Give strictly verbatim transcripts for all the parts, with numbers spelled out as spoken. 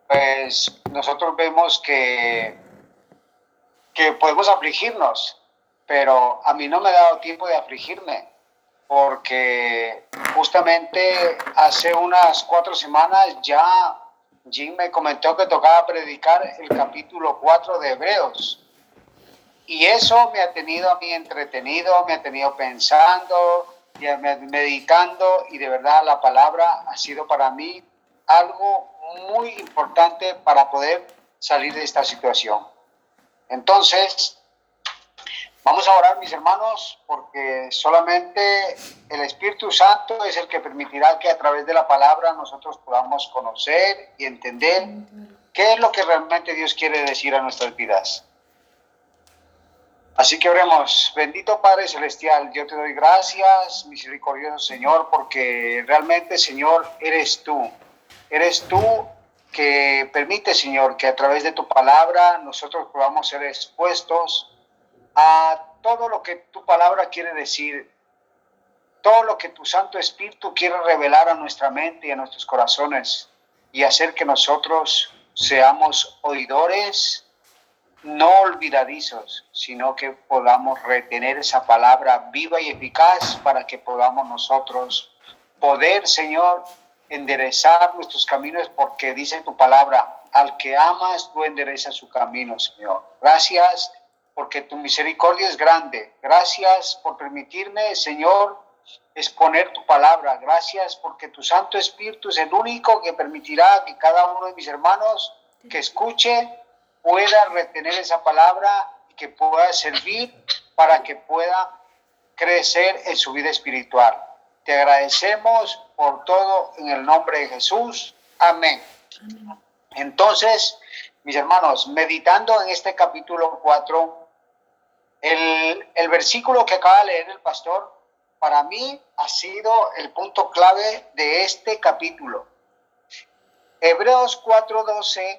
pues nosotros vemos que, que podemos afligirnos, pero a mí no me ha dado tiempo de afligirme, porque justamente hace unas cuatro semanas ya Jim me comentó que tocaba predicar el capítulo cuatro de Hebreos. Y eso me ha tenido a mí entretenido, me ha tenido pensando, meditando, y de verdad la palabra ha sido para mí algo muy importante para poder salir de esta situación. Entonces, vamos a orar, mis hermanos, porque solamente el Espíritu Santo es el que permitirá que a través de la palabra nosotros podamos conocer y entender qué es lo que realmente Dios quiere decir a nuestras vidas. Así que oremos. Bendito Padre Celestial, yo te doy gracias, misericordioso Señor, porque realmente, Señor, eres tú. Eres tú que permite, Señor, que a través de tu palabra nosotros podamos ser expuestos a todo lo que tu palabra quiere decir, todo lo que tu Santo Espíritu quiere revelar a nuestra mente y a nuestros corazones, y hacer que nosotros seamos oidores, no olvidadizos, sino que podamos retener esa palabra viva y eficaz para que podamos nosotros poder, Señor, enderezar nuestros caminos, porque dice tu palabra, al que amas, tú enderezas su camino, Señor. Gracias porque tu misericordia es grande. Gracias por permitirme, Señor, exponer tu palabra. Gracias porque tu Santo Espíritu es el único que permitirá que cada uno de mis hermanos que escuche pueda retener esa palabra y que pueda servir para que pueda crecer en su vida espiritual. Te agradecemos por todo en el nombre de Jesús. Amén. Amén. Entonces, mis hermanos, meditando en este capítulo cuatro, el, el versículo que acaba de leer el pastor, para mí ha sido el punto clave de este capítulo. Hebreos cuatro doce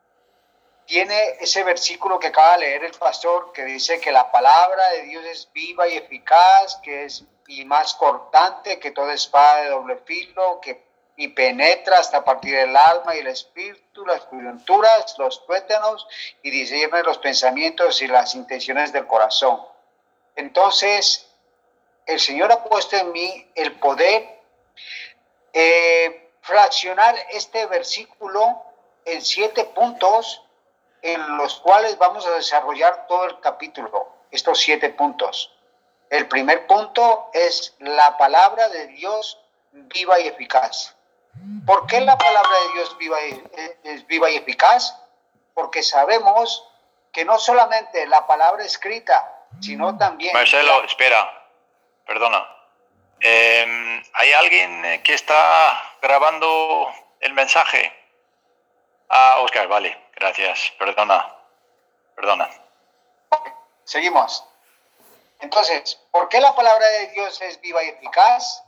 tiene ese versículo que acaba de leer el pastor, que dice que la palabra de Dios es viva y eficaz, que es y más cortante que toda espada de doble filo, que y penetra hasta partir del alma y el espíritu, las coyunturas, los tuétanos, y discierne los pensamientos y las intenciones del corazón. Entonces, el Señor ha puesto en mí el poder eh, fraccionar este versículo en siete puntos, en los cuales vamos a desarrollar todo el capítulo, estos siete puntos. El primer punto es la palabra de Dios viva y eficaz. ¿Por qué la palabra de Dios viva y, es viva y eficaz? Porque sabemos que no solamente la palabra escrita, sino también... Marcelo, la... espera, perdona. Eh, ¿Hay alguien que está grabando el mensaje? Ah, Oscar, vale. Gracias, perdona, perdona. Seguimos. Entonces, ¿por qué la palabra de Dios es viva y eficaz?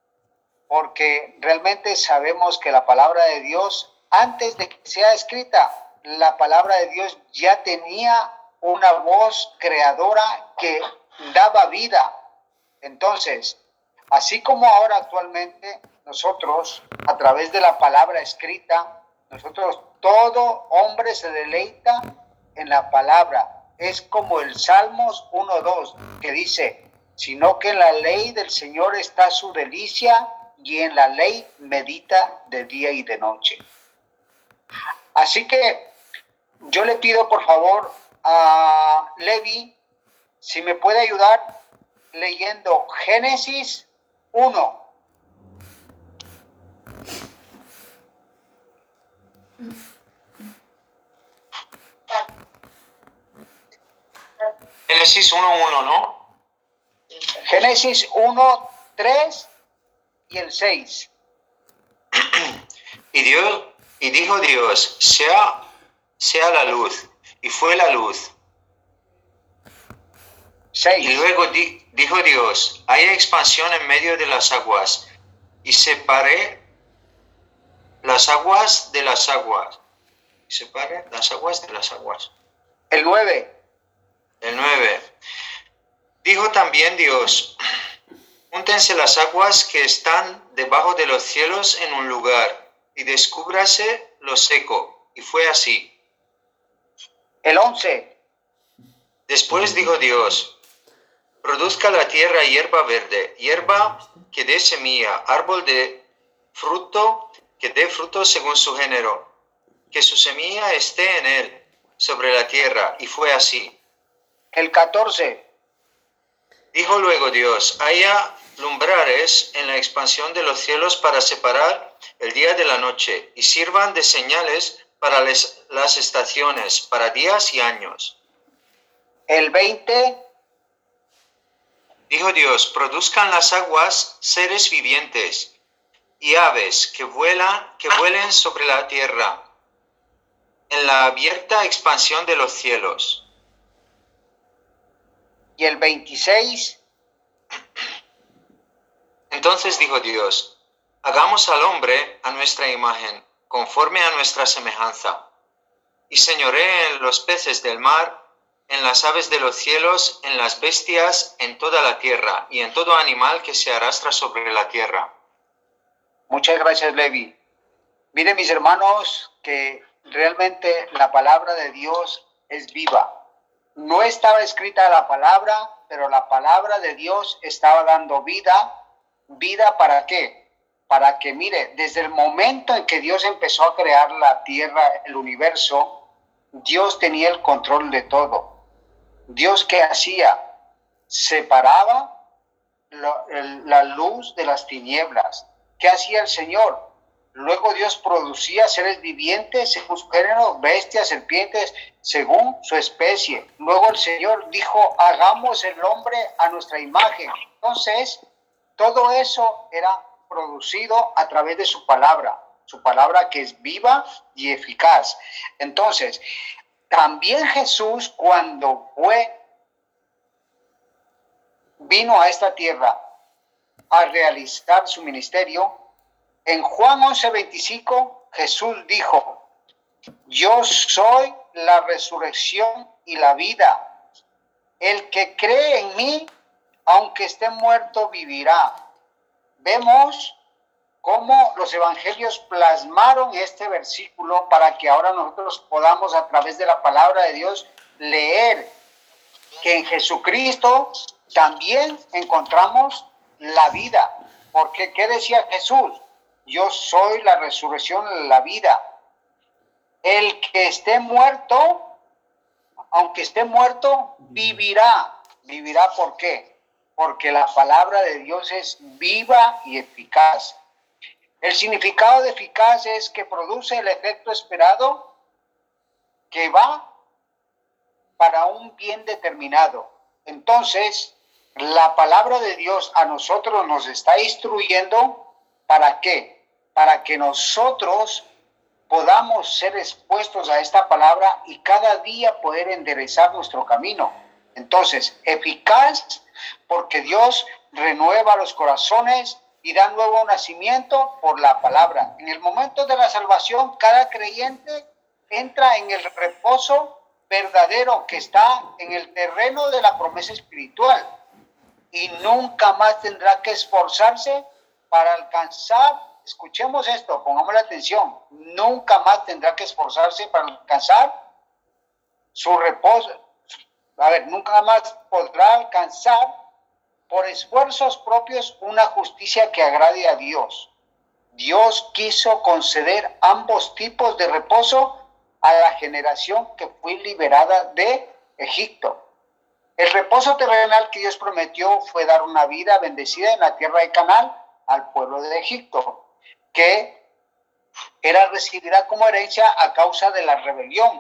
Porque realmente sabemos que la palabra de Dios, antes de que sea escrita, la palabra de Dios ya tenía una voz creadora que daba vida. Entonces, así como ahora actualmente nosotros, a través de la palabra escrita, nosotros, todo hombre se deleita en la palabra. Es como el Salmos uno dos, que dice, sino que en la ley del Señor está su delicia, y en la ley medita de día y de noche. Así que yo le pido por favor a Levi, si me puede ayudar leyendo Génesis uno. Génesis uno uno, ¿no? Génesis uno, tres y el seis. Y Dios, y dijo Dios, sea, sea la luz, y fue la luz. seis. Y luego di, dijo Dios, haya expansión en medio de las aguas, y separé las aguas de las aguas. Y separé las aguas de las aguas. El nueve. El nueve. Dijo también Dios, júntense las aguas que están debajo de los cielos en un lugar, y descúbrase lo seco. y fue así. El once. Después dijo Dios: produzca la tierra hierba verde, hierba que dé semilla, árbol de fruto que dé fruto según su género, que su semilla esté en él, sobre la tierra, y fue así. El catorce. Dijo luego Dios: haya lumbrares en la expansión de los cielos para separar el día de la noche, y sirvan de señales para les, las estaciones, para días y años. El veinte. Dijo Dios: produzcan las aguas seres vivientes y aves que vuelan, que vuelen sobre la tierra, en la abierta expansión de los cielos. Y el veintiséis. Entonces dijo Dios: hagamos al hombre a nuestra imagen, conforme a nuestra semejanza, y señoree en los peces del mar, en las aves de los cielos, en las bestias, en toda la tierra, y en todo animal que se arrastra sobre la tierra. Muchas gracias, Levi. Miren, mis hermanos, que realmente la palabra de Dios es viva. No estaba escrita la palabra, pero la palabra de Dios estaba dando vida. ¿Vida para qué? Para que, mire, desde el momento en que Dios empezó a crear la tierra, el universo, Dios tenía el control de todo. Dios, ¿qué hacía? Separaba la, el, la luz de las tinieblas. ¿Qué hacía el Señor? Luego Dios producía seres vivientes según su género, bestias, serpientes, según su especie. Luego el Señor dijo: hagamos el hombre a nuestra imagen. Entonces, todo eso era producido a través de su palabra, su palabra que es viva y eficaz. Entonces, también Jesús, cuando fue, vino a esta tierra a realizar su ministerio, en Juan once veinticinco, Jesús dijo: yo soy la resurrección y la vida. El que cree en mí, aunque esté muerto, vivirá. Vemos cómo los evangelios plasmaron este versículo para que ahora nosotros podamos, a través de la palabra de Dios, leer que en Jesucristo también encontramos la vida. Porque ¿qué decía Jesús? Yo soy la resurrección y la vida. El que esté muerto, aunque esté muerto, vivirá. ¿Vivirá por qué? Porque la palabra de Dios es viva y eficaz. El significado de eficaz es que produce el efecto esperado, que va para un bien determinado. Entonces, la palabra de Dios a nosotros nos está instruyendo. ¿Para qué? Para que nosotros podamos ser expuestos a esta palabra y cada día poder enderezar nuestro camino. Entonces, eficaz porque Dios renueva los corazones y da nuevo nacimiento por la palabra. En el momento de la salvación, cada creyente entra en el reposo verdadero que está en el terreno de la promesa espiritual y nunca más tendrá que esforzarse para alcanzar. Escuchemos esto, pongamos la atención. Nunca más tendrá que esforzarse para alcanzar su reposo. A ver, nunca más podrá alcanzar por esfuerzos propios una justicia que agrade a Dios. Dios quiso conceder ambos tipos de reposo a la generación que fue liberada de Egipto. El reposo terrenal que Dios prometió fue dar una vida bendecida en la tierra de Canaán al pueblo de Egipto, que era recibida como herencia a causa de la rebelión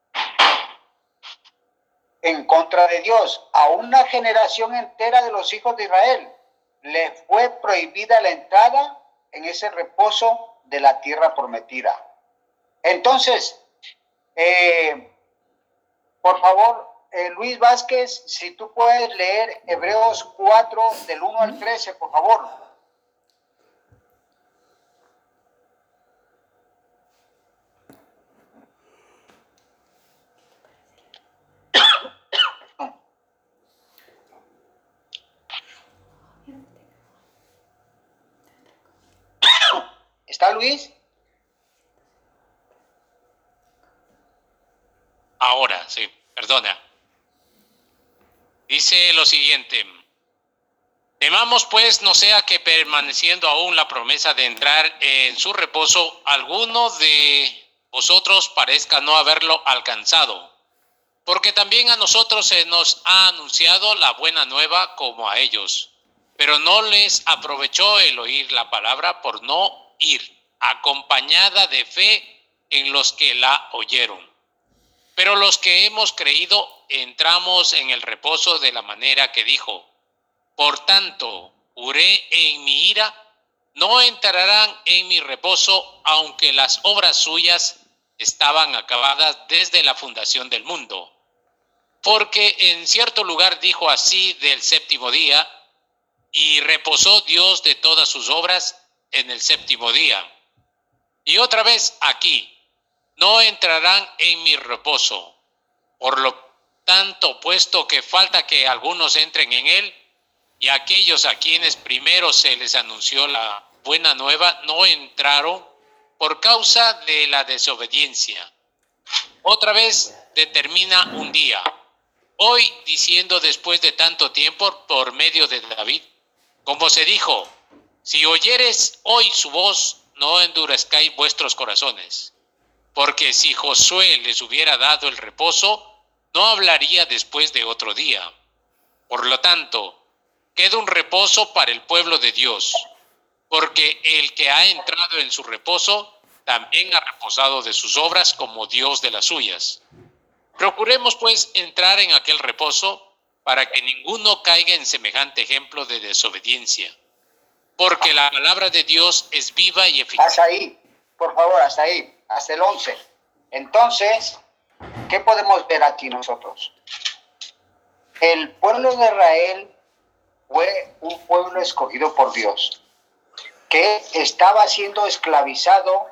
en contra de Dios. A una generación entera de los hijos de Israel le fue prohibida la entrada en ese reposo de la tierra prometida. Entonces, eh, por favor, eh, Luis Vázquez, si tú puedes leer Hebreos cuatro del uno al trece, por favor. ¿Está Luis? ahora, sí, perdona. Dice lo siguiente: temamos pues no sea que permaneciendo aún la promesa de entrar en su reposo, alguno de vosotros parezca no haberlo alcanzado. Porque también a nosotros se nos ha anunciado la buena nueva como a ellos, pero no les aprovechó el oír la palabra por no ir acompañada de fe en los que la oyeron. Pero los que hemos creído entramos en el reposo de la manera que dijo: por tanto, juré en mi ira, no entrarán en mi reposo, aunque las obras suyas estaban acabadas desde la fundación del mundo. Porque en cierto lugar dijo así del séptimo día, y reposó Dios de todas sus obras en el séptimo día. Y otra vez aquí, no entrarán en mi reposo. Por lo tanto, puesto que falta que algunos entren en él, y aquellos a quienes primero se les anunció la buena nueva no entraron por causa de la desobediencia. Otra vez determina un día, hoy diciendo después de tanto tiempo por medio de David, como se dijo: si oyeres hoy su voz, no endurezcáis vuestros corazones. Porque si Josué les hubiera dado el reposo, no hablaría después de otro día. Por lo tanto, queda un reposo para el pueblo de Dios, porque el que ha entrado en su reposo también ha reposado de sus obras como Dios de las suyas. Procuremos pues entrar en aquel reposo para que ninguno caiga en semejante ejemplo de desobediencia, porque la palabra de Dios es viva y eficaz. Hasta ahí, por favor, hasta ahí, hasta el once. Entonces, ¿qué podemos ver aquí nosotros? El pueblo de Israel fue un pueblo escogido por Dios, que estaba siendo esclavizado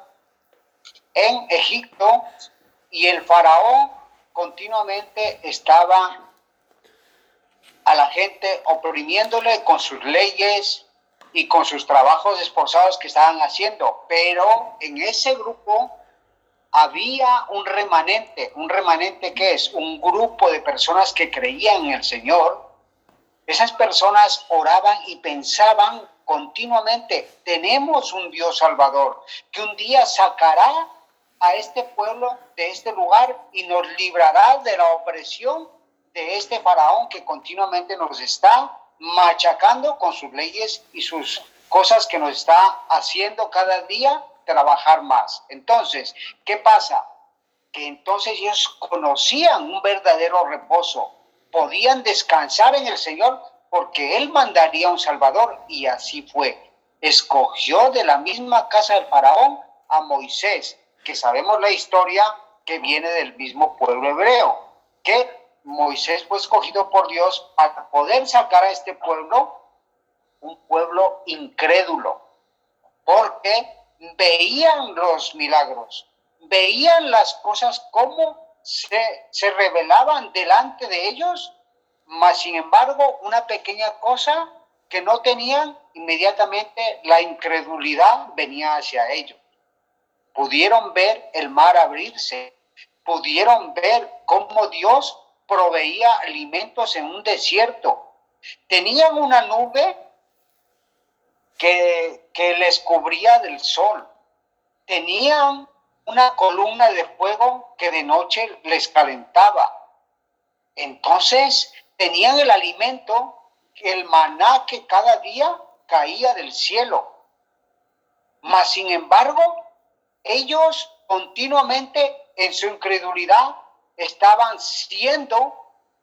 en Egipto, y el faraón continuamente estaba a la gente oprimiéndole con sus leyes y con sus trabajos esforzados que estaban haciendo. Pero en ese grupo había un remanente. ¿Un remanente qué es? Un grupo de personas que creían en el Señor. Esas personas oraban y pensaban continuamente: tenemos un Dios Salvador que un día sacará a este pueblo de este lugar y nos librará de la opresión de este faraón que continuamente nos está machacando con sus leyes y sus cosas que nos está haciendo cada día trabajar más. Entonces, ¿qué pasa? Que entonces ellos conocían un verdadero reposo, podían descansar en el Señor porque Él mandaría un Salvador, y así fue. Escogió de la misma casa del faraón a Moisés, que sabemos la historia que viene del mismo pueblo hebreo, que Moisés fue escogido por Dios para poder sacar a este pueblo, un pueblo incrédulo, porque veían los milagros, veían las cosas como se, se revelaban delante de ellos, mas sin embargo una pequeña cosa que no tenían, inmediatamente la incredulidad venía hacia ellos. Pudieron ver el mar abrirse, pudieron ver cómo Dios proveía alimentos en un desierto. Tenían una nube que, que les cubría del sol. Tenían una columna de fuego que de noche les calentaba. Entonces tenían el alimento, el maná que cada día caía del cielo. Mas sin embargo, ellos continuamente en su incredulidad estaban siendo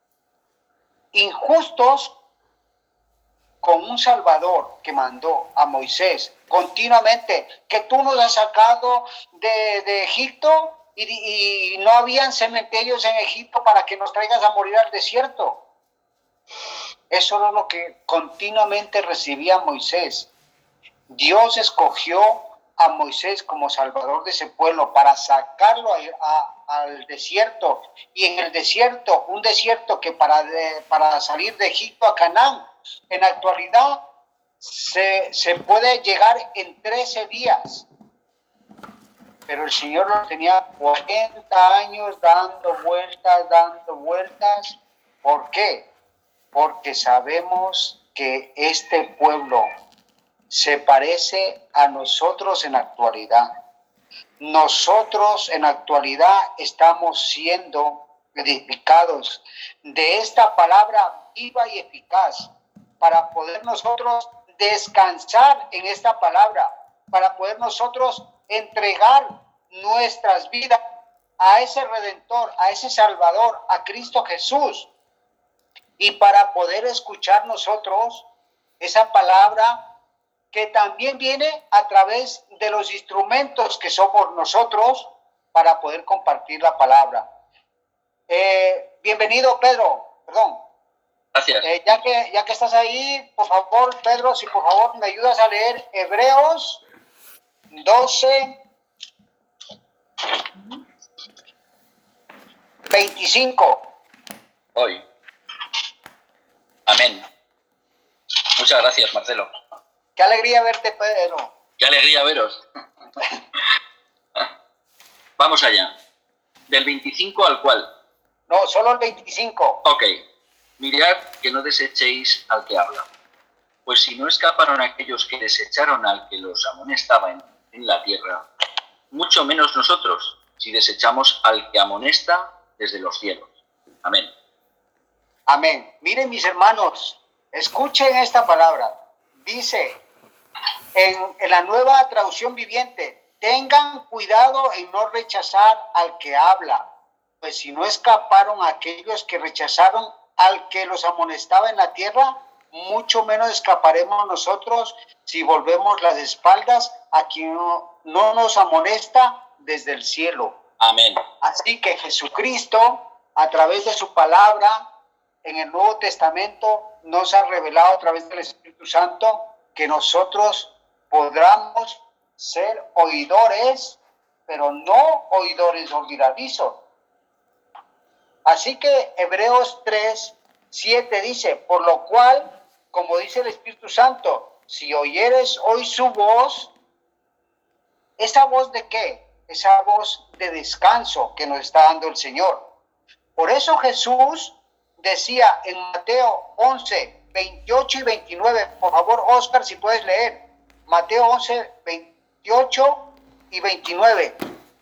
injustos con un Salvador que mandó a Moisés continuamente, que tú nos has sacado de, de Egipto y, y no habían cementerios en Egipto para que nos traigas a morir al desierto. Eso era lo que continuamente recibía Moisés. Dios escogió a Moisés como salvador de ese pueblo para sacarlo a, a, al desierto, y en el desierto, un desierto que para, de, para salir de Egipto a Canaán, en la actualidad se, se puede llegar en trece días. pero el Señor lo tenía cuarenta años dando vueltas, dando vueltas. ¿Por qué? Porque sabemos que este pueblo se parece a nosotros en la actualidad. Nosotros en la actualidad estamos siendo edificados de esta palabra viva y eficaz para poder nosotros descansar en esta palabra, para poder nosotros entregar nuestras vidas a ese Redentor, a ese Salvador, a Cristo Jesús, y para poder escuchar nosotros esa palabra que también viene a través de los instrumentos que somos nosotros para poder compartir la palabra. Eh, bienvenido, Pedro, perdón. Gracias. Eh, ya que, ya que estás ahí, por favor, Pedro, si por favor me ayudas a leer Hebreos doce, veinticinco. Hoy. Amén. Muchas gracias, Marcelo. Qué alegría verte, Pedro. Qué alegría veros. Vamos allá. Del veinticinco al cual. No, solo el veinticinco. Ok. Mirad que no desechéis al que habla. Pues si no escaparon aquellos que desecharon al que los amonestaba en, en la tierra, mucho menos nosotros, si desechamos al que amonesta desde los cielos. Amén. Amén. Miren, mis hermanos, escuchen esta palabra. Dice en, en la nueva traducción viviente: tengan cuidado en no rechazar al que habla, pues si no escaparon aquellos que rechazaron al que los amonestaba en la tierra, mucho menos escaparemos nosotros si volvemos las espaldas a quien no, no nos amonesta desde el cielo. Amén. Así que Jesucristo, a través de su palabra, en el Nuevo Testamento, nos ha revelado a través del Espíritu Santo que nosotros podamos ser oidores, pero no oidores olvidadizos. Así que Hebreos tres, siete dice: por lo cual, como dice el Espíritu Santo, si oyeres hoy su voz, ¿esa voz de qué? Esa voz de descanso que nos está dando el Señor. Por eso Jesús decía en Mateo once, veintiocho y veintinueve, por favor, Oscar, si puedes leer, Mateo once, veintiocho y veintinueve.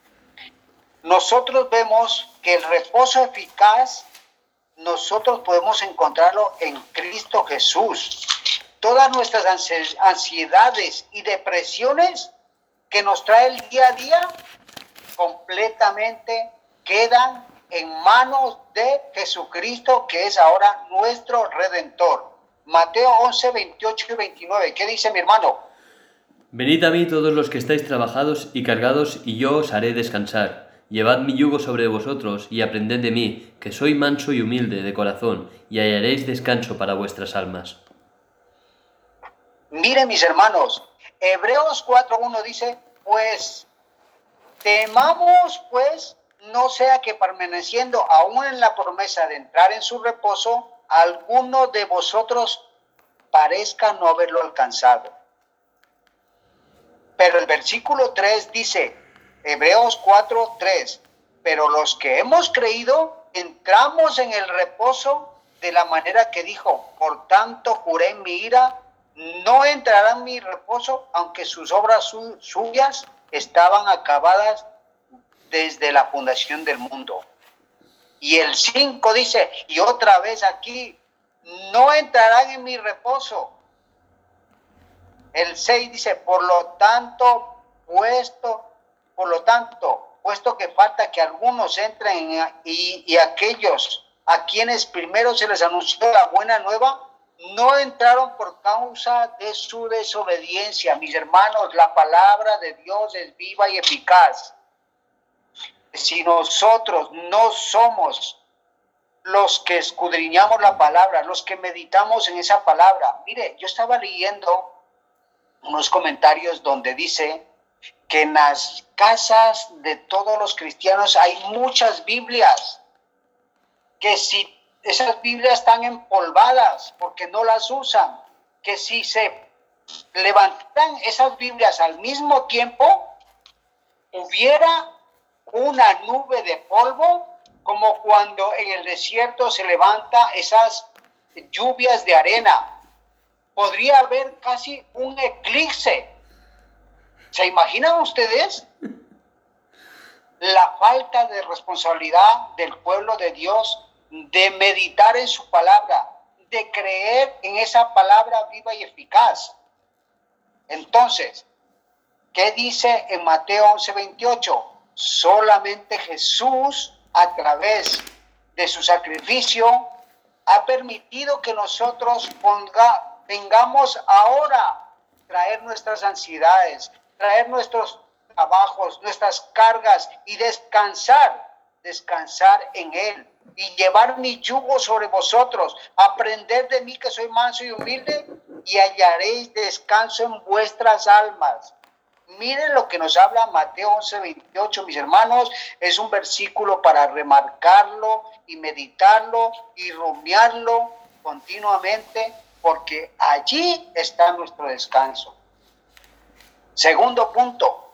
Nosotros vemos que el reposo eficaz, nosotros podemos encontrarlo en Cristo Jesús. Todas nuestras ansiedades y depresiones que nos trae el día a día, completamente quedan en manos de Jesucristo, que es ahora nuestro Redentor. Mateo once, veintiocho y veintinueve. ¿Qué dice mi hermano? Venid a mí todos los que estáis trabajados y cargados, y yo os haré descansar. Llevad mi yugo sobre vosotros, y aprended de mí, que soy manso y humilde de corazón, y hallaréis descanso para vuestras almas. Miren, mis hermanos, Hebreos cuatro uno dice: pues temamos, pues, no sea que permaneciendo aún en la promesa de entrar en su reposo, alguno de vosotros parezca no haberlo alcanzado. Pero el versículo tres dice, Hebreos cuatro tres, pero los que hemos creído entramos en el reposo de la manera que dijo: por tanto juré en mi ira, no entrará en mi reposo, aunque sus obras su, suyas estaban acabadas desde la fundación del mundo. Y el cinco dice, y otra vez aquí, no entrarán en mi reposo. El seis dice, por lo tanto, puesto, por lo tanto, puesto que falta que algunos entren y, y aquellos a quienes primero se les anunció la buena nueva, no entraron por causa de su desobediencia. Mis hermanos, la palabra de Dios es viva y eficaz. Si nosotros no somos los que escudriñamos la palabra, los que meditamos en esa palabra. Mire, yo estaba leyendo unos comentarios donde dice que en las casas de todos los cristianos hay muchas Biblias, que si esas Biblias están empolvadas porque no las usan, que si se levantan esas Biblias al mismo tiempo, hubiera una nube de polvo, como cuando en el desierto se levanta esas lluvias de arena. Podría haber casi un eclipse. ¿Se imaginan ustedes? La falta de responsabilidad del pueblo de Dios de meditar en su palabra, de creer en esa palabra viva y eficaz. Entonces, ¿qué dice en Mateo once veintiocho? Solamente Jesús, a través de su sacrificio, ha permitido que nosotros ponga, tengamos ahora traer nuestras ansiedades, traer nuestros trabajos, nuestras cargas y descansar, descansar en Él y llevar mi yugo sobre vosotros, aprender de mí que soy manso y humilde y hallaréis descanso en vuestras almas. Miren lo que nos habla Mateo once veintiocho, mis hermanos, es un versículo para remarcarlo y meditarlo y rumiarlo continuamente, porque allí está nuestro descanso. Segundo punto,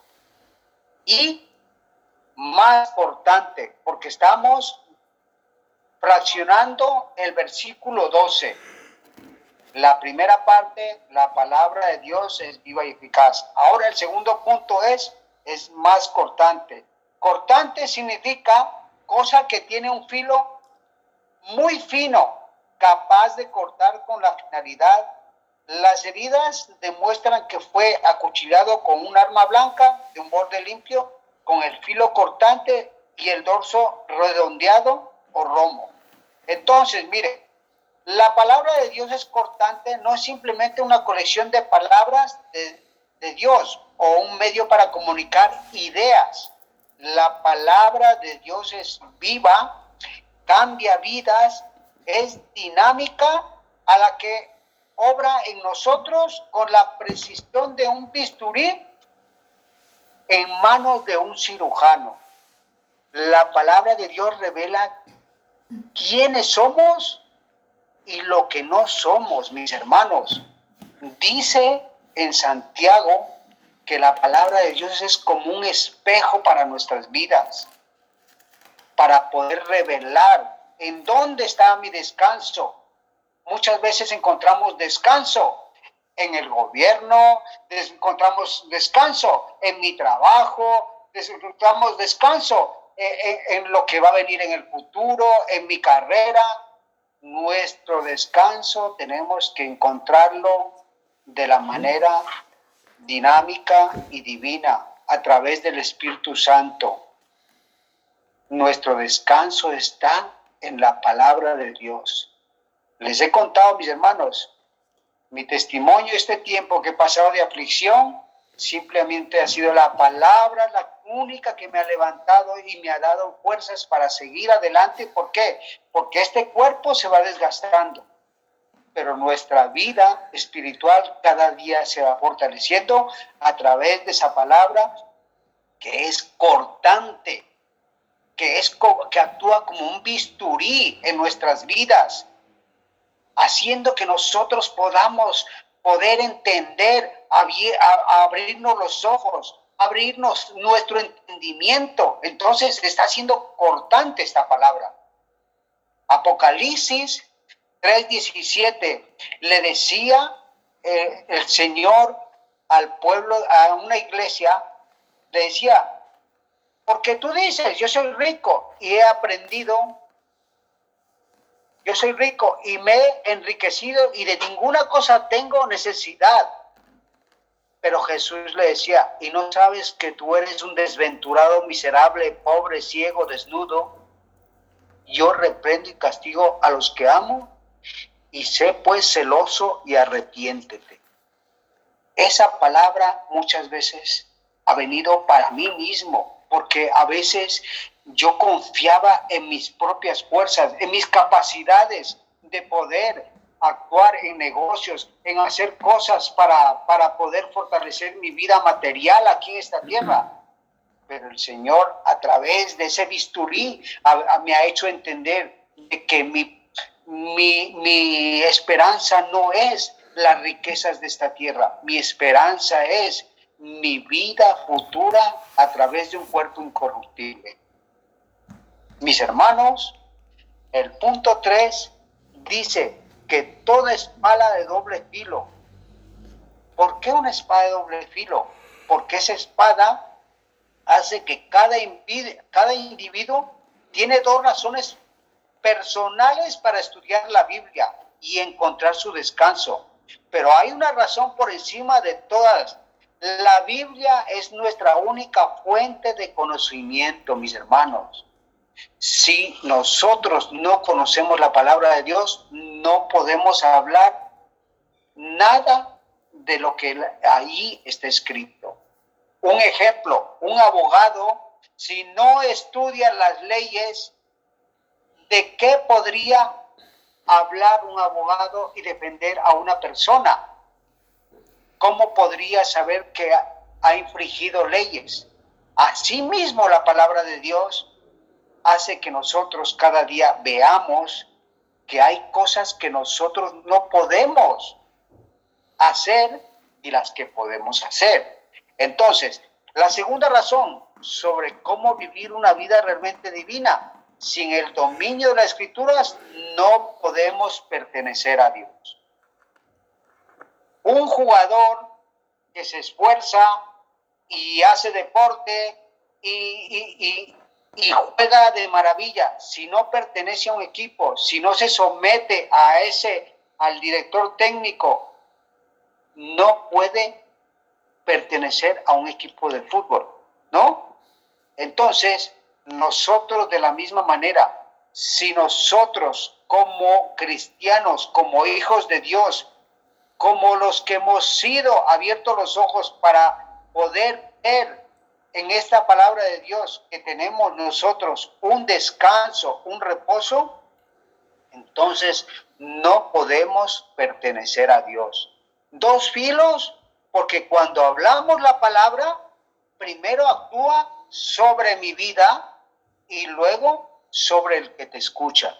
y más importante, porque estamos fraccionando el versículo doce. La primera parte, la palabra de Dios es viva y eficaz. Ahora el segundo punto es, es más cortante. Cortante significa cosa que tiene un filo muy fino, capaz de cortar con la finalidad. Las heridas demuestran que fue acuchillado con un arma blanca de un borde limpio, con el filo cortante y el dorso redondeado o romo. Entonces, mire, la palabra de Dios es cortante, no es simplemente una colección de palabras de, de Dios o un medio para comunicar ideas. La palabra de Dios es viva, cambia vidas, es dinámica, a la que obra en nosotros con la precisión de un bisturí en manos de un cirujano. La palabra de Dios revela quiénes somos y lo que no somos, mis hermanos. Dice en Santiago que la palabra de Dios es como un espejo para nuestras vidas, para poder revelar en dónde está mi descanso. Muchas veces encontramos descanso en el gobierno, encontramos descanso en mi trabajo, encontramos descanso en, en, en lo que va a venir en el futuro, en mi carrera. Nuestro descanso tenemos que encontrarlo de la manera dinámica y divina, a través del Espíritu Santo. Nuestro descanso está en la palabra de Dios. Les he contado, mis hermanos, mi testimonio, este tiempo que he pasado de aflicción, simplemente ha sido la palabra, la única que me ha levantado y me ha dado fuerzas para seguir adelante. ¿Por qué? Porque este cuerpo se va desgastando, pero nuestra vida espiritual cada día se va fortaleciendo a través de esa palabra que es cortante, que, es, que actúa como un bisturí en nuestras vidas, haciendo que nosotros podamos poder entender, abrir, a, abrirnos los ojos, abrirnos nuestro entendimiento. Entonces está siendo cortante esta palabra. Apocalipsis tres diecisiete le decía eh, el Señor al pueblo, a una iglesia, le decía, porque tú dices, yo soy rico y he aprendido, yo soy rico y me he enriquecido y de ninguna cosa tengo necesidad. Pero Jesús le decía, ¿y no sabes que tú eres un desventurado, miserable, pobre, ciego, desnudo? Yo reprendo y castigo a los que amo, y sé pues celoso y arrepiéntete. Esa palabra muchas veces ha venido para mí mismo, porque a veces yo confiaba en mis propias fuerzas, en mis capacidades de poder actuar en negocios, en hacer cosas para, para poder fortalecer mi vida material aquí en esta tierra. Pero el Señor, a través de ese bisturí, a, a, me ha hecho entender de que mi, mi, mi esperanza no es las riquezas de esta tierra. Mi esperanza es mi vida futura a través de un cuerpo incorruptible. Mis hermanos, el punto tres dice que toda espada de doble filo. ¿Por qué una espada de doble filo? Porque esa espada hace que cada individuo, cada individuo tiene dos razones personales para estudiar la Biblia y encontrar su descanso. Pero hay una razón por encima de todas. La Biblia es nuestra única fuente de conocimiento, mis hermanos. Si nosotros no conocemos la palabra de Dios, no podemos hablar nada de lo que ahí está escrito. Un ejemplo, un abogado, si no estudia las leyes, ¿de qué podría hablar un abogado y defender a una persona? ¿Cómo podría saber que ha infringido leyes? Asimismo, la palabra de Dios hace que nosotros cada día veamos que hay cosas que nosotros no podemos hacer y las que podemos hacer. Entonces, la segunda razón sobre cómo vivir una vida realmente divina, sin el dominio de las Escrituras no podemos pertenecer a Dios. Un jugador que se esfuerza y hace deporte y, y, y, y juega de maravilla, si no pertenece a un equipo, si no se somete a ese, al director técnico, no puede pertenecer a un equipo de fútbol, ¿no? Entonces, nosotros de la misma manera, si nosotros como cristianos, como hijos de Dios, como los que hemos sido abiertos los ojos para poder ver en esta palabra de Dios que tenemos nosotros un descanso, un reposo, entonces no podemos pertenecer a Dios. Dos filos, porque cuando hablamos la palabra, primero actúa sobre mi vida y luego sobre el que te escucha.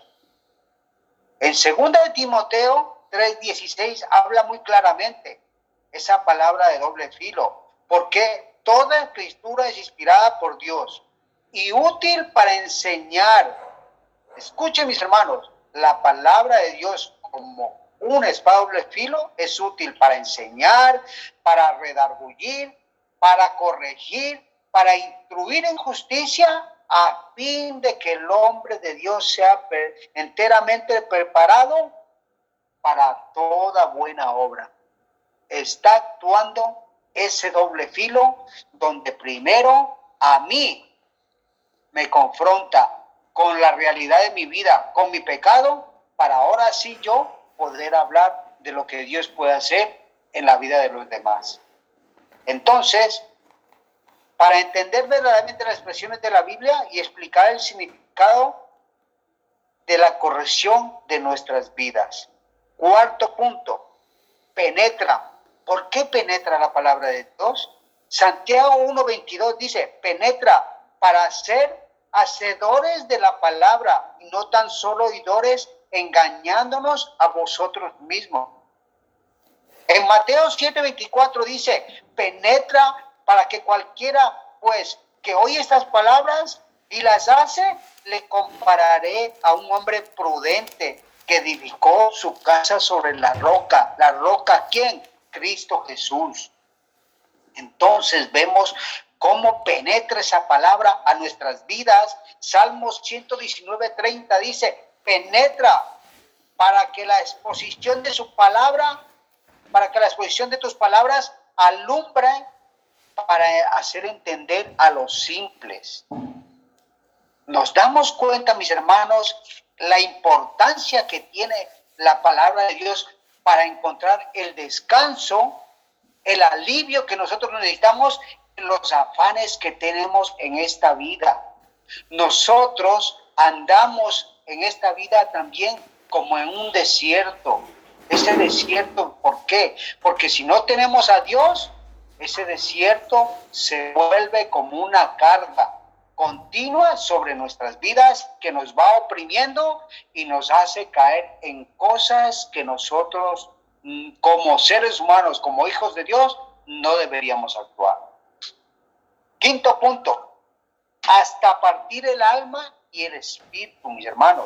En segunda de Timoteo tres dieciséis habla muy claramente esa palabra de doble filo, porque toda escritura es inspirada por Dios y útil para enseñar. Escuchen, mis hermanos, la palabra de Dios como una espada de doble filo es útil para enseñar, para redargullir, para corregir, para instruir en justicia, a fin de que el hombre de Dios sea enteramente preparado para toda buena obra. Está actuando ese doble filo donde primero a mí me confronta con la realidad de mi vida, con mi pecado, para ahora sí yo poder hablar de lo que Dios puede hacer en la vida de los demás. Entonces, para entender verdaderamente las expresiones de la Biblia y explicar el significado de la corrección de nuestras vidas. Cuarto punto, penetra. ¿Por qué penetra la palabra de Dios? Santiago uno veintidós dice, penetra para ser hacedores de la palabra, y no tan solo oidores, engañándonos a vosotros mismos. En Mateo siete veinticuatro dice, penetra para que cualquiera, pues, que oye estas palabras y las hace, le compararé a un hombre prudente que edificó su casa sobre la roca. ¿La roca quién? Cristo Jesús. Entonces vemos cómo penetra esa palabra a nuestras vidas. Salmos ciento diecinueve treinta dice, penetra para que la exposición de su palabra, para que la exposición de tus palabras alumbre para hacer entender a los simples. Nos damos cuenta, mis hermanos, la importancia que tiene la palabra de Dios para encontrar el descanso, el alivio que nosotros necesitamos en los afanes que tenemos en esta vida. Nosotros andamos en esta vida también como en un desierto. Ese desierto, ¿por qué? Porque si no tenemos a Dios, ese desierto se vuelve como una carga continua sobre nuestras vidas que nos va oprimiendo y nos hace caer en cosas que nosotros como seres humanos, como hijos de Dios, no deberíamos actuar. Quinto punto, hasta partir el alma y el espíritu, mis hermanos.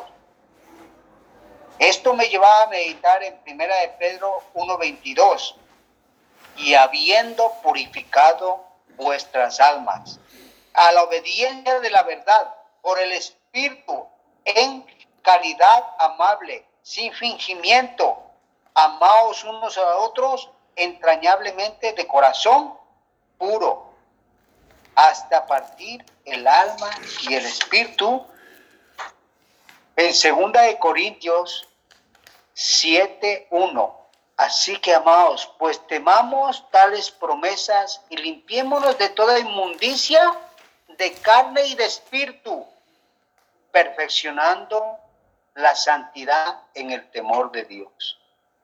Esto me llevaba a meditar en primera de Pedro uno veintidós. Y habiendo purificado vuestras almas a la obediencia de la verdad por el Espíritu en caridad amable, sin fingimiento, amaos unos a otros entrañablemente de corazón puro, hasta partir el alma y el espíritu. En segunda de Corintios siete uno. Así que, amados, pues temamos tales promesas y limpiémonos de toda inmundicia de carne y de espíritu, perfeccionando la santidad en el temor de Dios.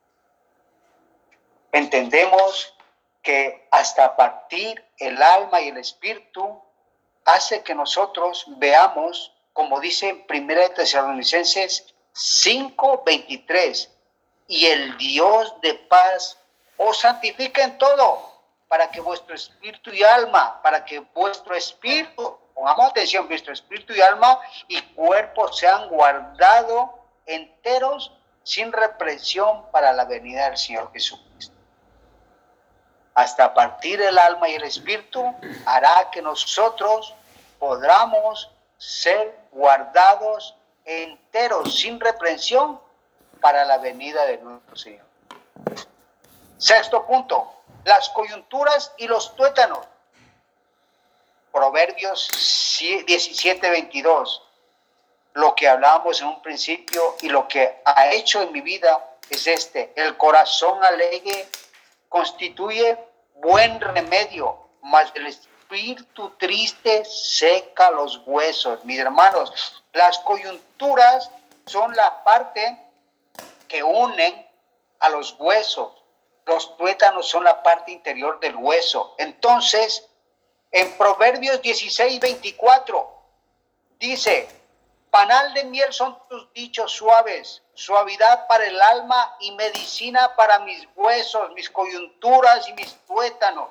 Entendemos que hasta partir el alma y el espíritu hace que nosotros veamos, como dice en primera de Tesalonicenses cinco veintitrés, y el Dios de paz os santifique en todo, para que vuestro espíritu y alma, para que vuestro espíritu, pongamos atención, vuestro espíritu y alma y cuerpo sean guardados enteros sin reprensión para la venida del Señor Jesucristo. Hasta partir el alma y el espíritu hará que nosotros podamos ser guardados enteros sin reprensión para la venida de nuestro Señor. Sexto punto, las coyunturas y los tuétanos. Proverbios diecisiete veintidós. Lo que hablábamos en un principio y lo que ha hecho en mi vida es este: el corazón alegre constituye buen remedio, mas el espíritu triste seca los huesos. Mis hermanos, las coyunturas son la parte que unen a los huesos. Los tuétanos son la parte interior del hueso. Entonces, en Proverbios dieciséis veinticuatro dice: panal de miel son tus dichos suaves, suavidad para el alma y medicina para mis huesos, mis coyunturas y mis tuétanos.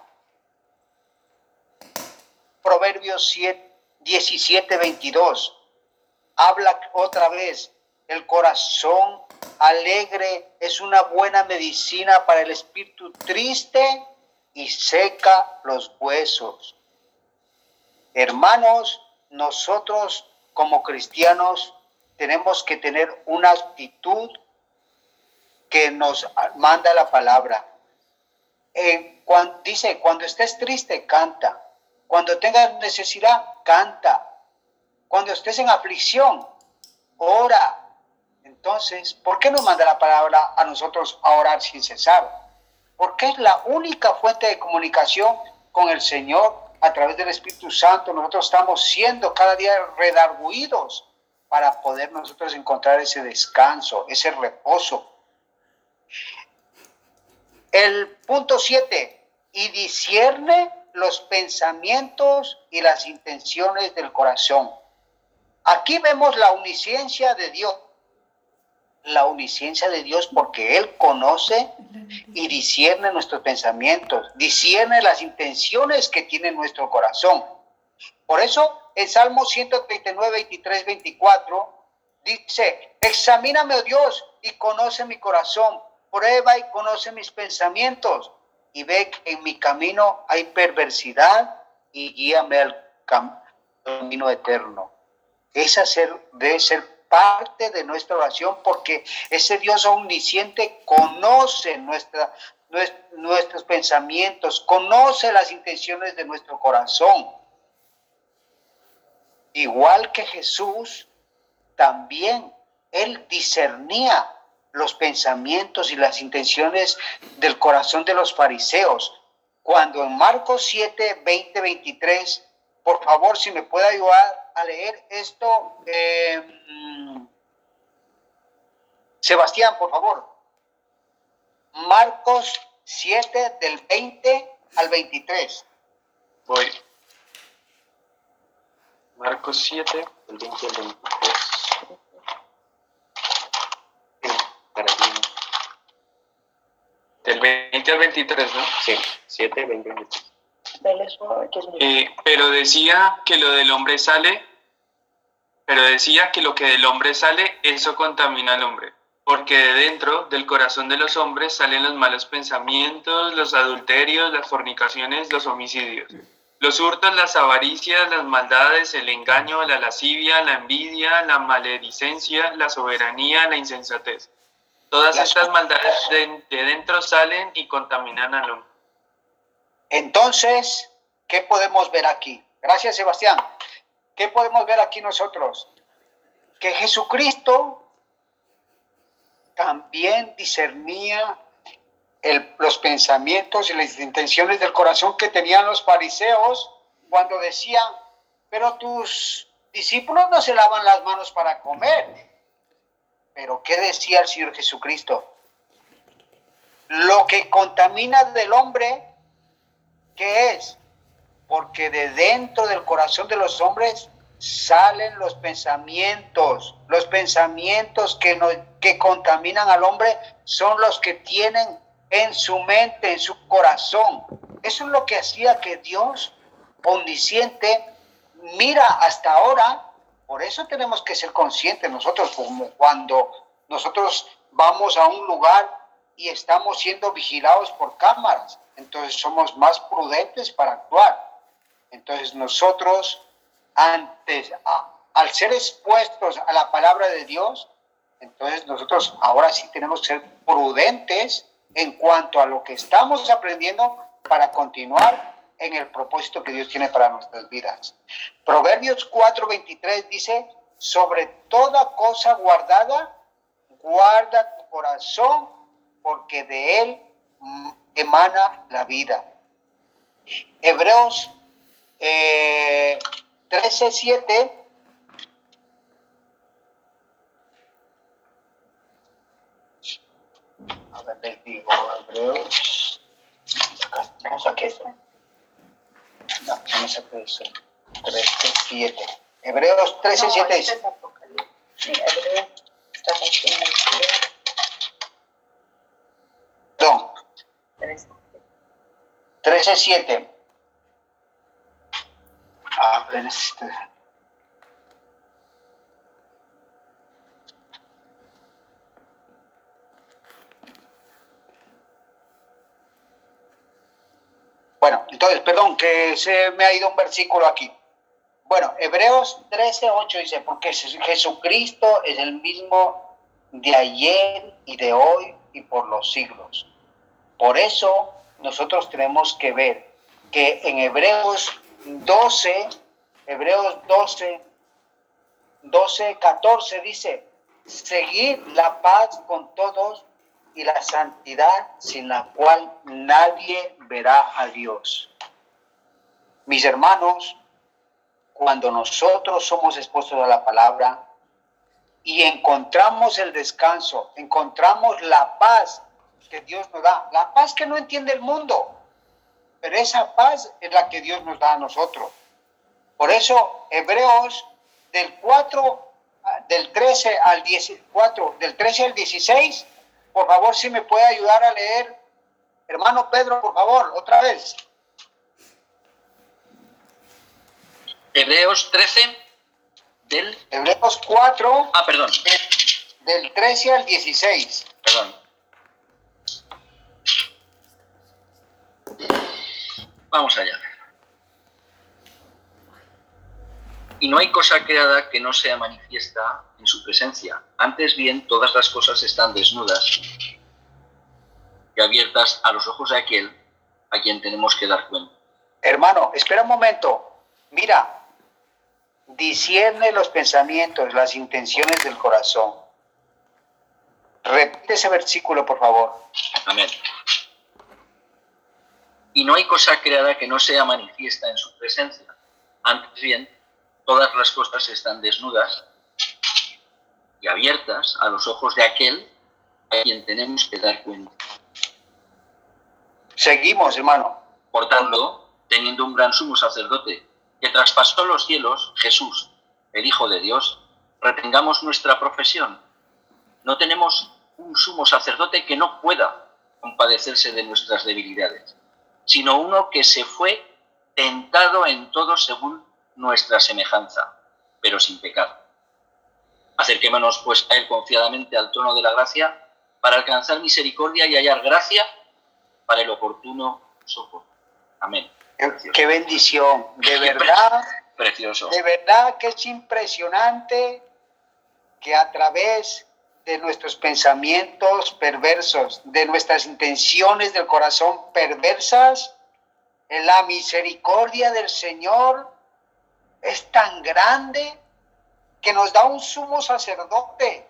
Proverbios diecisiete veintidós habla otra vez: el corazón alegre es una buena medicina para el espíritu triste y seca los huesos. Hermanos, nosotros como cristianos tenemos que tener una actitud que nos manda la palabra. Eh, cuando, dice, cuando estés triste, canta. Cuando tengas necesidad, canta. Cuando estés en aflicción, ora. Entonces, ¿por qué nos manda la palabra a nosotros a orar sin cesar? Porque es la única fuente de comunicación con el Señor a través del Espíritu Santo. Nosotros estamos siendo cada día redarguidos para poder nosotros encontrar ese descanso, ese reposo. El punto siete, y discierne los pensamientos y las intenciones del corazón. Aquí vemos la omnisciencia de Dios. La omnisciencia de Dios porque Él conoce y discierne nuestros pensamientos, discierne las intenciones que tiene nuestro corazón. Por eso, en Salmo ciento treinta y nueve, veintitrés, veinticuatro, dice: examíname, oh Dios, y conoce mi corazón, prueba y conoce mis pensamientos, y ve que en mi camino hay perversidad, y guíame al camino eterno. Esa debe ser parte de nuestra oración, porque ese Dios omnisciente conoce nuestra, nuestros pensamientos, conoce las intenciones de nuestro corazón. Igual que Jesús, también Él discernía los pensamientos y las intenciones del corazón de los fariseos. Cuando en Marcos siete, veinte, veintitrés, por favor, si me puede ayudar a leer esto, eh, Sebastián, por favor. Marcos siete, del veinte al veintitrés. Voy. Marcos siete, del veinte al veintitrés. Sí, para ti. Del veinte veinte al veintitrés, ¿no? Sí, siete, veinte, veintitrés. Eh, pero decía que lo del hombre sale, pero decía que lo que del hombre sale, eso contamina al hombre. Porque de dentro del corazón de los hombres salen los malos pensamientos, los adulterios, las fornicaciones, los homicidios, los hurtos, las avaricias, las maldades, el engaño, la lascivia, la envidia, la maledicencia, la soberanía, la insensatez. Todas Las- estas maldades de, de dentro salen y contaminan al hombre. Entonces, ¿qué podemos ver aquí? Gracias, Sebastián. ¿Qué podemos ver aquí nosotros? Que Jesucristo también discernía el- los pensamientos y las intenciones del corazón que tenían los fariseos cuando decían, pero tus discípulos no se lavan las manos para comer. Pero ¿qué decía el Señor Jesucristo? Lo que contamina del hombre, ¿qué es? Porque de dentro del corazón de los hombres salen los pensamientos. Los pensamientos que, no, que contaminan al hombre son los que tienen en su mente, en su corazón. Eso es lo que hacía que Dios, omnisciente, mira hasta ahora. Por eso tenemos que ser conscientes nosotros, como cuando nosotros vamos a un lugar y estamos siendo vigilados por cámaras. Entonces somos más prudentes para actuar. Entonces nosotros, antes, a, al ser expuestos a la palabra de Dios, entonces nosotros ahora sí tenemos que ser prudentes en cuanto a lo que estamos aprendiendo para continuar en el propósito que Dios tiene para nuestras vidas. Proverbios cuatro veintitrés dice, sobre toda cosa guardada, guarda tu corazón, porque de él mm, emana la vida. Hebreos eh, trece siete. A ver, les digo, Hebreos. No saqué eso. No, no saqué eso. trece siete. Hebreos trece siete dice. Perdón. trece siete. A ver, este. Bueno, entonces, perdón, que se me ha ido un versículo aquí. Bueno, Hebreos trece ocho dice, porque Jesucristo es el mismo de ayer y de hoy y por los siglos. Por eso nosotros tenemos que ver que en Hebreos doce, Hebreos doce, doce, catorce dice, seguir la paz con todos y la santidad sin la cual nadie verá a Dios. Mis hermanos, cuando nosotros somos expuestos a la palabra y encontramos el descanso, encontramos la paz que Dios nos da, la paz que no entiende el mundo, pero esa paz es la que Dios nos da a nosotros. Por eso, Hebreos del cuatro, del trece al diecicuatro, del trece al dieciséis, por favor, si me puede ayudar a leer, hermano Pedro, por favor, otra vez. Hebreos trece, del... Hebreos cuatro, Ah, perdón, del, del trece al dieciséis. perdón. Vamos allá. Y no hay cosa creada que no sea manifiesta en su presencia. Antes bien, todas las cosas están desnudas y abiertas a los ojos de aquel a quien tenemos que dar cuenta. Hermano, espera un momento. Mira, discierne los pensamientos, las intenciones del corazón. Repite ese versículo, por favor. Amén. Y no hay cosa creada que no sea manifiesta en su presencia. Antes bien, todas las cosas están desnudas y abiertas a los ojos de aquel a quien tenemos que dar cuenta. Seguimos, hermano. Por tanto, teniendo un gran sumo sacerdote que traspasó los cielos, Jesús, el Hijo de Dios, retengamos nuestra profesión. No tenemos un sumo sacerdote que no pueda compadecerse de nuestras debilidades, sino uno que se fue tentado en todo según nuestra semejanza, pero sin pecado. Acerquémonos pues a él confiadamente al trono de la gracia para alcanzar misericordia y hallar gracia para el oportuno socorro. Amén. Precioso. Qué bendición, de verdad. Precioso. De verdad que es impresionante que a través de nuestros pensamientos perversos, de nuestras intenciones del corazón perversas, la misericordia del Señor es tan grande que nos da un sumo sacerdote.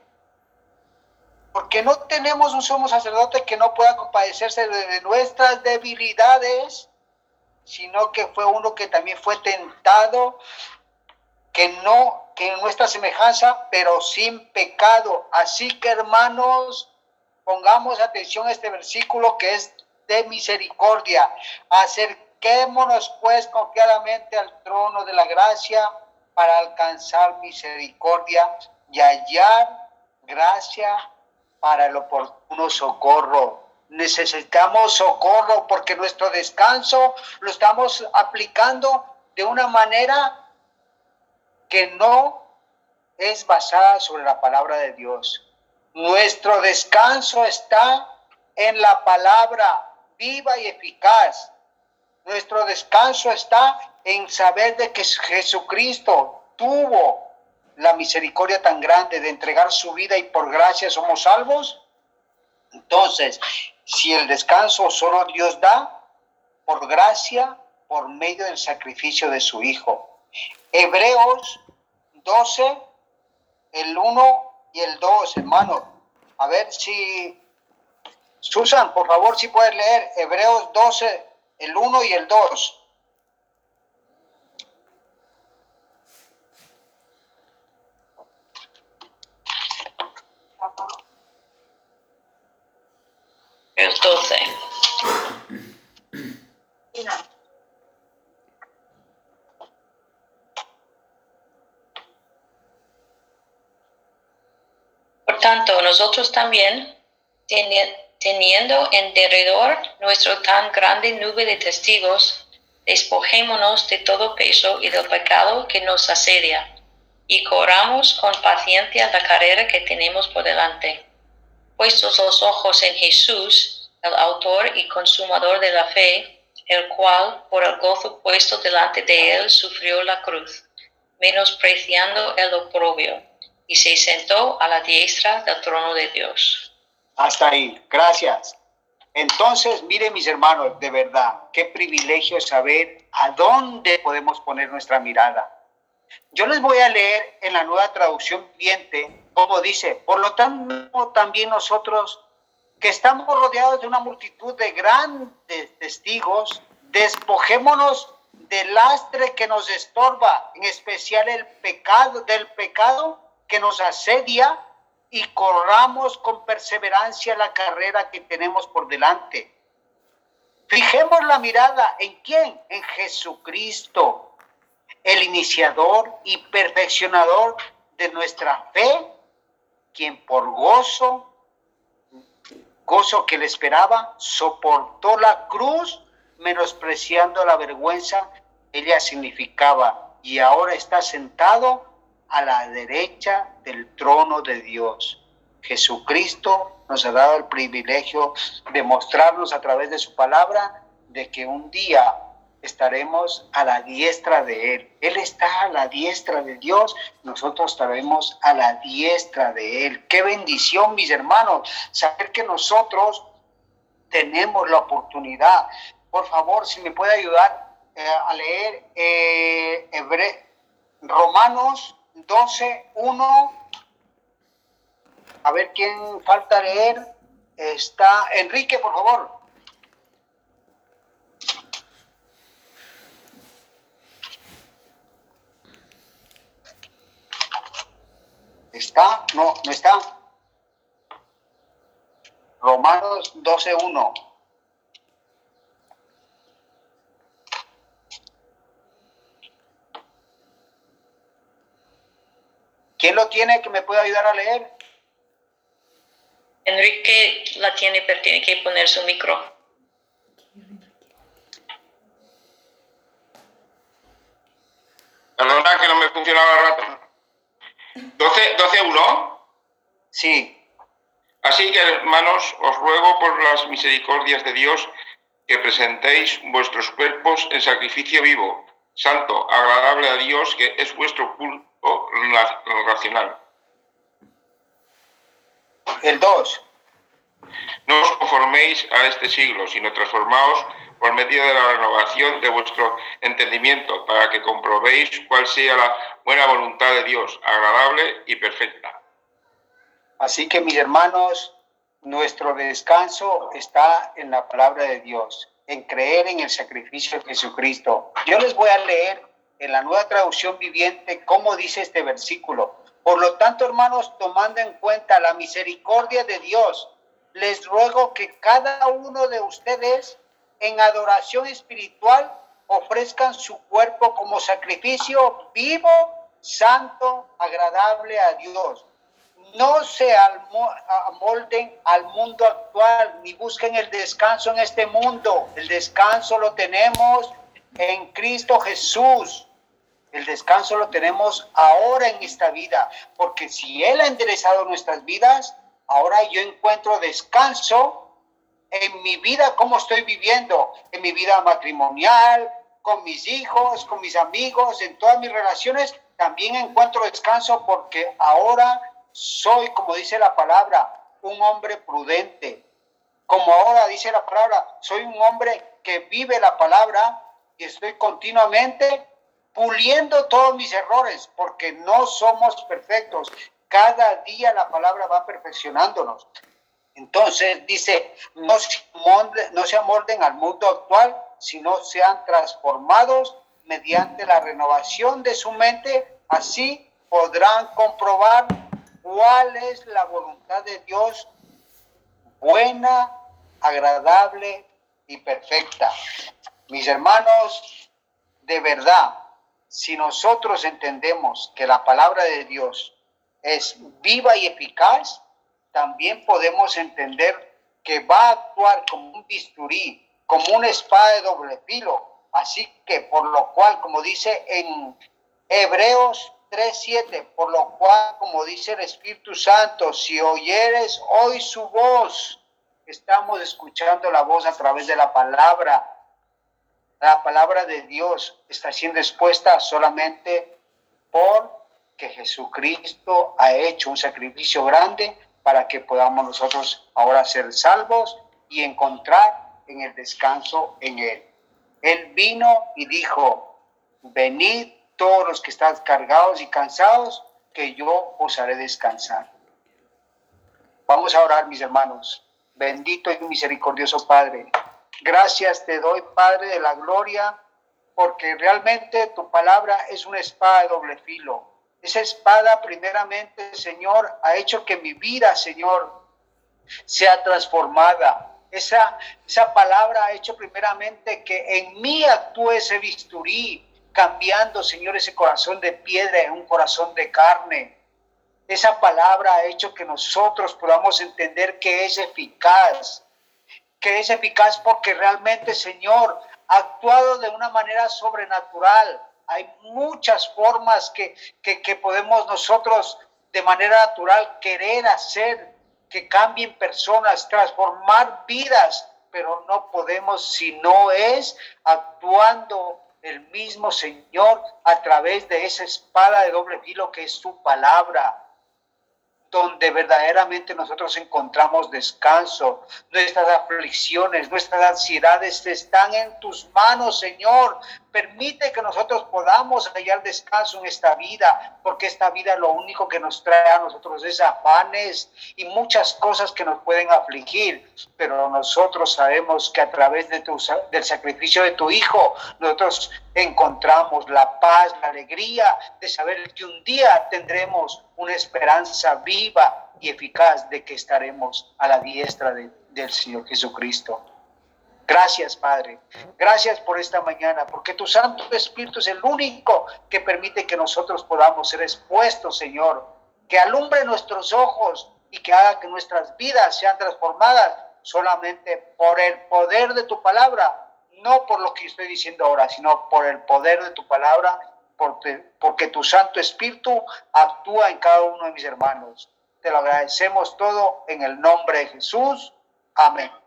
Porque no tenemos un sumo sacerdote que no pueda compadecerse de nuestras debilidades, sino que fue uno que también fue tentado, que no, que en nuestra semejanza, pero sin pecado. Así que, hermanos, pongamos atención a este versículo que es de misericordia. Acerquémonos pues confiadamente al trono de la gracia para alcanzar misericordia y hallar gracia para el oportuno socorro. Necesitamos socorro porque nuestro descanso lo estamos aplicando de una manera que no es basada sobre la palabra de Dios. Nuestro descanso está en la palabra viva y eficaz. Nuestro descanso está en saber de que Jesucristo tuvo la misericordia tan grande de entregar su vida y por gracia somos salvos. Entonces, si el descanso solo Dios da, por gracia, por medio del sacrificio de su Hijo. Hebreos doce, el uno y el dos, hermano. A ver si, Susan, por favor, si puedes leer Hebreos doce, el uno y el dos. El doce. Por tanto, nosotros también, teniendo en derredor nuestra tan grande nube de testigos, despojémonos de todo peso y del pecado que nos asedia, y corramos con paciencia la carrera que tenemos por delante. Puestos los ojos en Jesús, el autor y consumador de la fe, el cual, por el gozo puesto delante de él, sufrió la cruz, menospreciando el oprobio, y se sentó a la diestra del trono de Dios. Hasta ahí, gracias. Entonces, miren mis hermanos, de verdad, qué privilegio saber a dónde podemos poner nuestra mirada. Yo les voy a leer en la Nueva Traducción Viviente, como dice: por lo tanto, también nosotros, que estamos rodeados de una multitud de grandes testigos, despojémonos del lastre que nos estorba, en especial el pecado, del pecado que nos asedia, y corramos con perseverancia la carrera que tenemos por delante. Fijemos la mirada ¿en quién? En Jesucristo, el iniciador y perfeccionador de nuestra fe, quien por gozo, gozo que le esperaba, soportó la cruz, menospreciando la vergüenza que ella significaba, y ahora está sentado a la derecha del trono de Dios. Jesucristo nos ha dado el privilegio de mostrarnos a través de su palabra de que un día estaremos a la diestra de Él. Él está a la diestra de Dios, nosotros estaremos a la diestra de Él. ¡Qué bendición, mis hermanos! Saber que nosotros tenemos la oportunidad. Por favor, si me puede ayudar eh, a leer eh, Hebre- Romanos doce, uno. A ver quién falta leer. Está Enrique, por favor. ¿Está? No, no está. Romanos doce, uno. ¿Quién lo tiene que me pueda ayudar a leer? Enrique la tiene, pero tiene que poner su micro. Perdona que no me funcionaba el rato. ¿doce uno? Sí. Así que, hermanos, os ruego por las misericordias de Dios que presentéis vuestros cuerpos en sacrificio vivo, santo, agradable a Dios, que es vuestro culto racional. El dos. No os conforméis a este siglo, sino transformaos por medio de la renovación de vuestro entendimiento, para que comprobéis cuál sea la buena voluntad de Dios, agradable y perfecta. Así que, mis hermanos, nuestro descanso está en la palabra de Dios, en creer en el sacrificio de Jesucristo. Yo les voy a leer en la Nueva Traducción Viviente cómo dice este versículo. Por lo tanto, hermanos, tomando en cuenta la misericordia de Dios, les ruego que cada uno de ustedes en adoración espiritual ofrezcan su cuerpo como sacrificio vivo, santo, agradable a Dios. No se amolden al mundo actual, ni busquen el descanso en este mundo. El descanso lo tenemos en Cristo Jesús. El descanso lo tenemos ahora en esta vida, porque si Él ha enderezado nuestras vidas, ahora yo encuentro descanso en mi vida, cómo estoy viviendo, en mi vida matrimonial, con mis hijos, con mis amigos, en todas mis relaciones, también encuentro descanso porque ahora soy, como dice la palabra, un hombre prudente. Como ahora dice la palabra, soy un hombre que vive la palabra y estoy continuamente puliendo todos mis errores, porque no somos perfectos. Cada día la palabra va perfeccionándonos. Entonces dice, no se amolden, no se amolden al mundo actual, sino sean transformados mediante la renovación de su mente. Así podrán comprobar cuál es la voluntad de Dios, buena, agradable y perfecta. Mis hermanos, de verdad, si nosotros entendemos que la palabra de Dios es viva y eficaz, también podemos entender que va a actuar como un bisturí, como una espada de doble filo. Así que, por lo cual, como dice en Hebreos tres siete, por lo cual, como dice el Espíritu Santo, si oyeres hoy su voz, estamos escuchando la voz a través de la palabra. La palabra de Dios está siendo expuesta solamente porque Jesucristo ha hecho un sacrificio grande para que podamos nosotros ahora ser salvos y encontrar en el descanso en Él. Él vino y dijo, venid todos los que están cargados y cansados, que yo os haré descansar. Vamos a orar, mis hermanos. Bendito y misericordioso Padre, gracias te doy, Padre de la gloria, porque realmente tu palabra es una espada de doble filo. Esa espada, primeramente, Señor, ha hecho que mi vida, Señor, sea transformada. Esa, esa palabra ha hecho primeramente que en mí actúe ese bisturí, cambiando, Señor, ese corazón de piedra en un corazón de carne. Esa palabra ha hecho que nosotros podamos entender que es eficaz, que es eficaz porque realmente, Señor, ha actuado de una manera sobrenatural. Hay muchas formas que, que, que podemos nosotros de manera natural querer hacer que cambien personas, transformar vidas, pero no podemos si no es actuando el mismo Señor a través de esa espada de doble filo que es su palabra, donde verdaderamente nosotros encontramos descanso. Nuestras aflicciones, nuestras ansiedades están en tus manos, Señor. Permite que nosotros podamos hallar descanso en esta vida, porque esta vida lo único que nos trae a nosotros es afanes y muchas cosas que nos pueden afligir, pero nosotros sabemos que a través de tu, del sacrificio de tu Hijo, nosotros encontramos la paz, la alegría de saber que un día tendremos una esperanza viva y eficaz de que estaremos a la diestra de, del Señor Jesucristo. Gracias, Padre. Gracias por esta mañana, porque tu Santo Espíritu es el único que permite que nosotros podamos ser expuestos, Señor, que alumbre nuestros ojos y que haga que nuestras vidas sean transformadas solamente por el poder de tu palabra, no por lo que estoy diciendo ahora, sino por el poder de tu palabra, porque, porque tu Santo Espíritu actúa en cada uno de mis hermanos. Te lo agradecemos todo en el nombre de Jesús. Amén.